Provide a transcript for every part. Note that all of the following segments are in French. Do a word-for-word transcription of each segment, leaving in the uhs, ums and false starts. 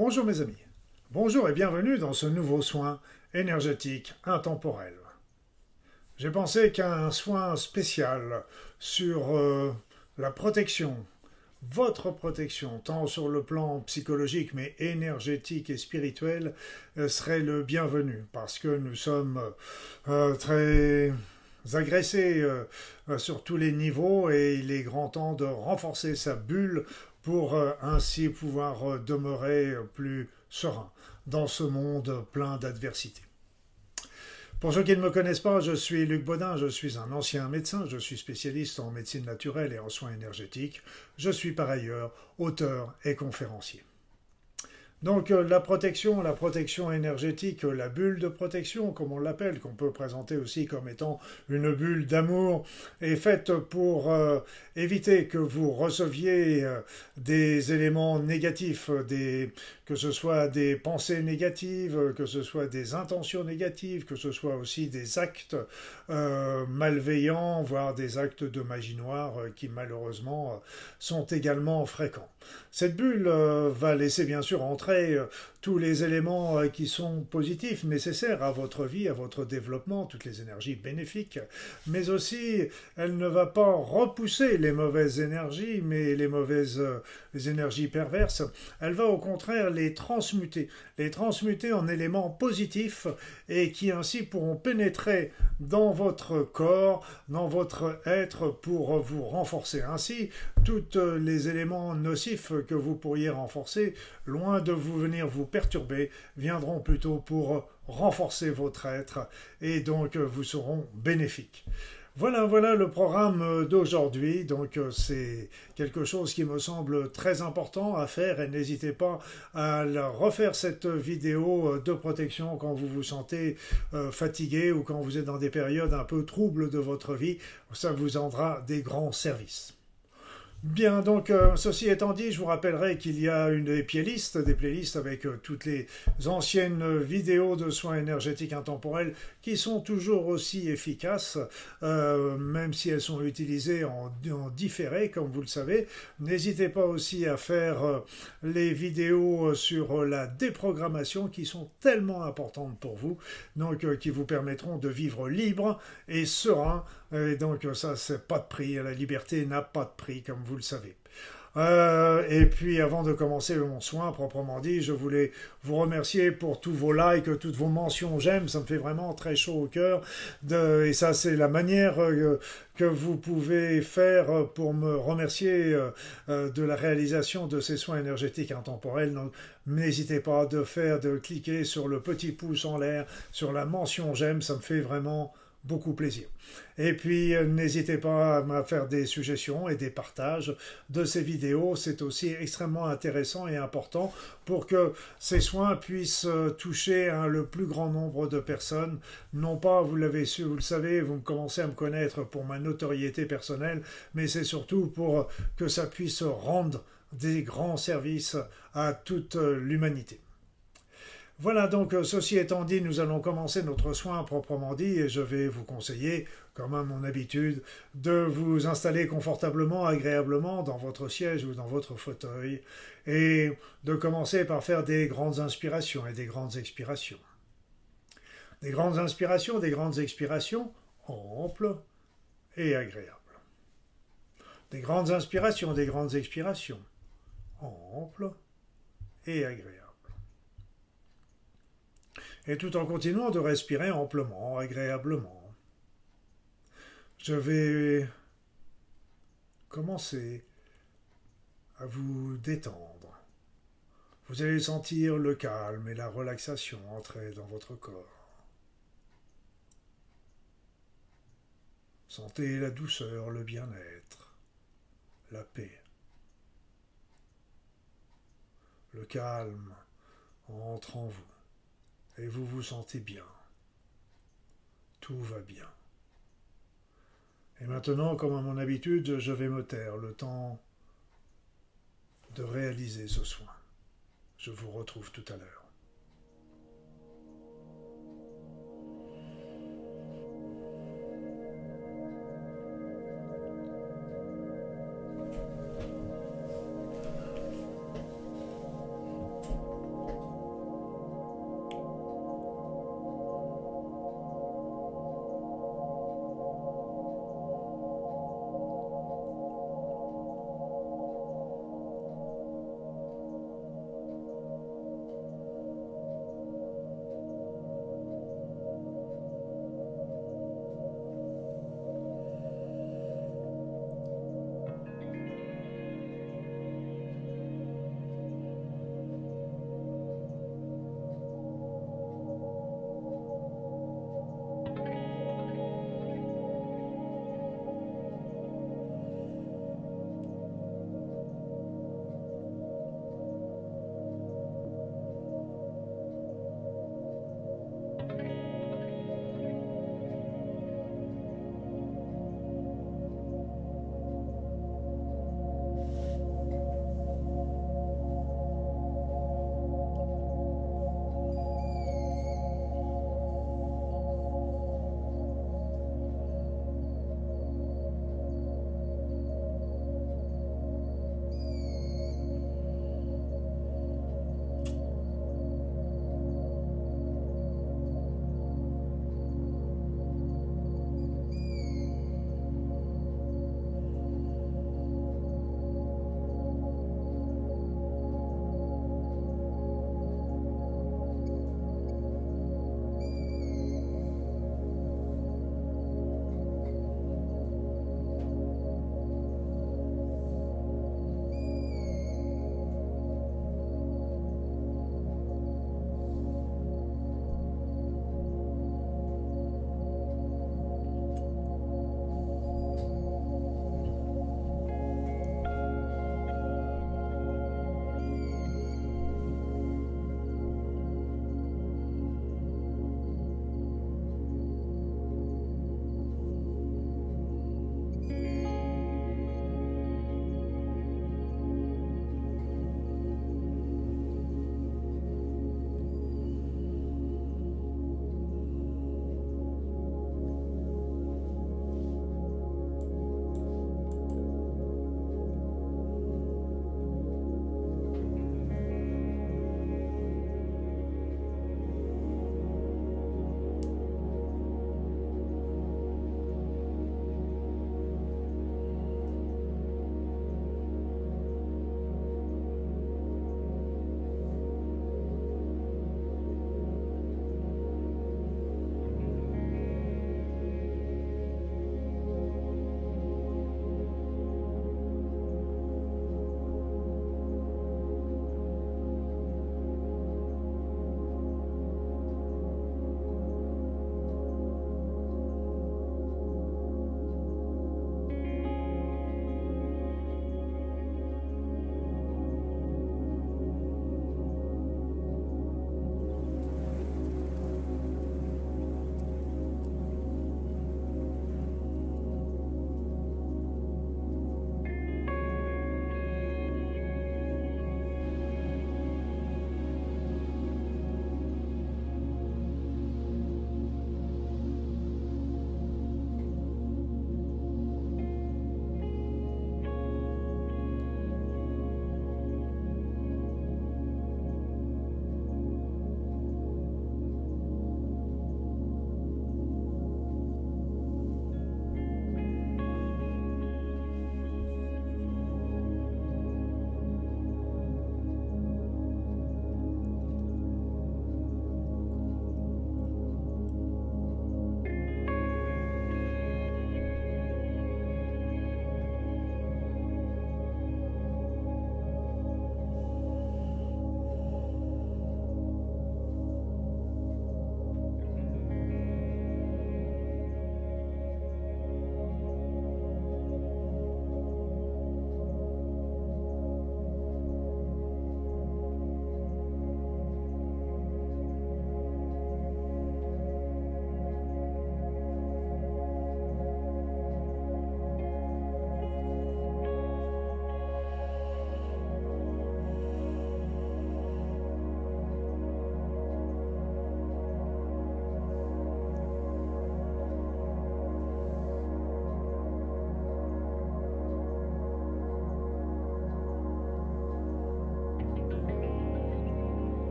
Bonjour mes amis, bonjour et bienvenue dans ce nouveau soin énergétique intemporel. J'ai pensé qu'un soin spécial sur euh, la protection, votre protection, tant sur le plan psychologique mais énergétique et spirituel, euh, serait le bienvenu parce que nous sommes euh, très agressés euh, sur tous les niveaux et il est grand temps de renforcer sa bulle pour euh, ainsi pouvoir euh, demeurer plus serein dans ce monde plein d'adversités. Pour ceux qui ne me connaissent pas, je suis Luc Baudin, je suis un ancien médecin, je suis spécialiste en médecine naturelle et en soins énergétiques. Je suis par ailleurs auteur et conférencier. Donc la protection, la protection énergétique, la bulle de protection, comme on l'appelle, qu'on peut présenter aussi comme étant une bulle d'amour, est faite pour euh, éviter que vous receviez euh, des éléments négatifs, des, que ce soit des pensées négatives, que ce soit des intentions négatives, que ce soit aussi des actes euh, malveillants, voire des actes de magie noire euh, qui malheureusement euh, sont également fréquents. Cette bulle euh, va laisser bien sûr entrer tous les éléments qui sont positifs, nécessaires à votre vie, à votre développement, toutes les énergies bénéfiques, mais aussi elle ne va pas repousser les mauvaises énergies, mais les mauvaises les énergies perverses, elle va au contraire les transmuter, les transmuter en éléments positifs et qui ainsi pourront pénétrer dans votre corps, dans votre être pour vous renforcer. Ainsi, tous les éléments nocifs que vous pourriez renforcer, loin de vous venir vous perturber, viendront plutôt pour renforcer votre être et donc vous seront bénéfiques. Voilà, voilà le programme d'aujourd'hui. Donc c'est quelque chose qui me semble très important à faire et n'hésitez pas à refaire cette vidéo de protection quand vous vous sentez fatigué ou quand vous êtes dans des périodes un peu troubles de votre vie. Ça vous rendra des grands services. Bien, donc, euh, ceci étant dit, je vous rappellerai qu'il y a une des playlists, des playlists avec euh, toutes les anciennes vidéos de soins énergétiques intemporels qui sont toujours aussi efficaces, euh, même si elles sont utilisées en, en différé, comme vous le savez. N'hésitez pas aussi à faire euh, les vidéos sur la déprogrammation qui sont tellement importantes pour vous, donc euh, qui vous permettront de vivre libre et serein. Et donc ça, c'est pas de prix. La liberté n'a pas de prix, comme vous le savez. Euh, et puis avant de commencer mon soin proprement dit, je voulais vous remercier pour tous vos likes, toutes vos mentions j'aime, ça me fait vraiment très chaud au cœur. De, et ça c'est la manière euh, que vous pouvez faire pour me remercier euh, de la réalisation de ces soins énergétiques intemporels. Donc n'hésitez pas de faire, de cliquer sur le petit pouce en l'air, sur la mention j'aime, ça me fait vraiment beaucoup plaisir. Et puis, n'hésitez pas à me faire des suggestions et des partages de ces vidéos. C'est aussi extrêmement intéressant et important pour que ces soins puissent toucher hein, le plus grand nombre de personnes. Non pas, vous l'avez su, vous le savez, vous commencez à me connaître pour ma notoriété personnelle, mais c'est surtout pour que ça puisse rendre des grands services à toute l'humanité. Voilà, donc ceci étant dit, nous allons commencer notre soin proprement dit et je vais vous conseiller, comme à mon habitude, de vous installer confortablement, agréablement dans votre siège ou dans votre fauteuil et de commencer par faire des grandes inspirations et des grandes expirations. Des grandes inspirations, des grandes expirations amples et agréables. Des grandes inspirations, des grandes expirations amples et agréables. Et tout en continuant de respirer amplement, agréablement. Je vais commencer à vous détendre. Vous allez sentir le calme et la relaxation entrer dans votre corps. Sentez la douceur, le bien-être, la paix. Le calme entre en vous. Et vous vous sentez bien. Tout va bien. Et maintenant, comme à mon habitude, je vais me taire le temps de réaliser ce soin. Je vous retrouve tout à l'heure.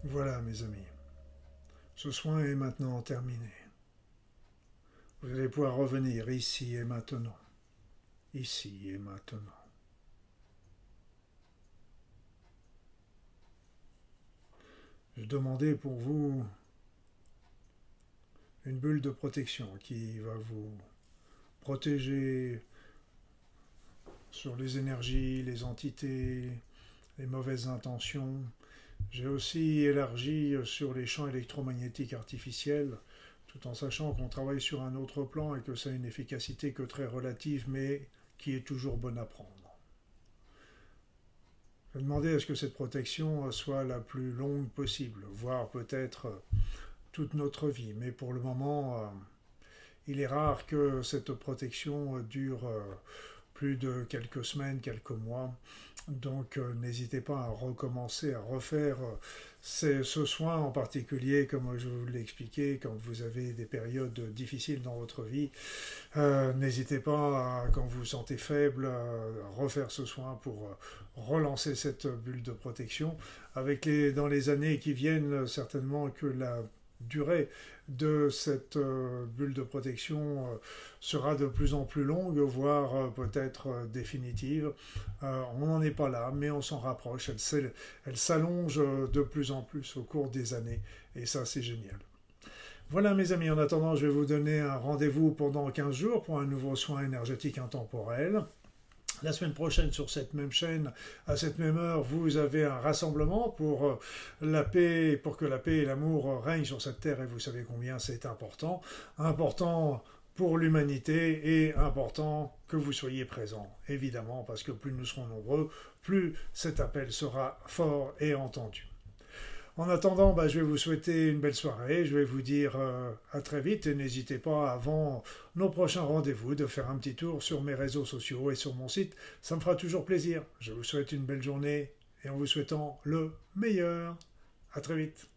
Voilà mes amis, ce soin est maintenant terminé. Vous allez pouvoir revenir ici et maintenant. Ici et maintenant. Je demandais pour vous une bulle de protection qui va vous protéger sur les énergies, les entités, les mauvaises intentions. J'ai aussi élargi sur les champs électromagnétiques artificiels, tout en sachant qu'on travaille sur un autre plan et que ça a une efficacité que très relative, mais qui est toujours bonne à prendre. Je demandais à ce que cette protection soit la plus longue possible, voire peut-être toute notre vie, mais pour le moment, il est rare que cette protection dure plus de quelques semaines, quelques mois. Donc euh, n'hésitez pas à recommencer, à refaire euh, ce, ce soin en particulier, comme je vous l'ai expliqué, quand vous avez des périodes difficiles dans votre vie. Euh, n'hésitez pas, à, quand vous vous sentez faible, à refaire ce soin pour euh, relancer cette bulle de protection. Avec les, dans les années qui viennent, certainement que la durée de cette euh, bulle de protection euh, sera de plus en plus longue, voire euh, peut-être euh, définitive. Euh, on n'en est pas là, mais on s'en rapproche. Elle, elle s'allonge de plus en plus au cours des années, et ça c'est génial. Voilà mes amis, en attendant, je vais vous donner un rendez-vous pendant quinze jours pour un nouveau soin énergétique intemporel. La semaine prochaine, sur cette même chaîne, à cette même heure, vous avez un rassemblement pour la paix, pour que la paix et l'amour règnent sur cette terre, et vous savez combien c'est important. Important pour l'humanité et important que vous soyez présents, évidemment, parce que plus nous serons nombreux, plus cet appel sera fort et entendu. En attendant, bah, je vais vous souhaiter une belle soirée, je vais vous dire euh, à très vite et n'hésitez pas avant nos prochains rendez-vous de faire un petit tour sur mes réseaux sociaux et sur mon site, ça me fera toujours plaisir. Je vous souhaite une belle journée et en vous souhaitant le meilleur. À très vite.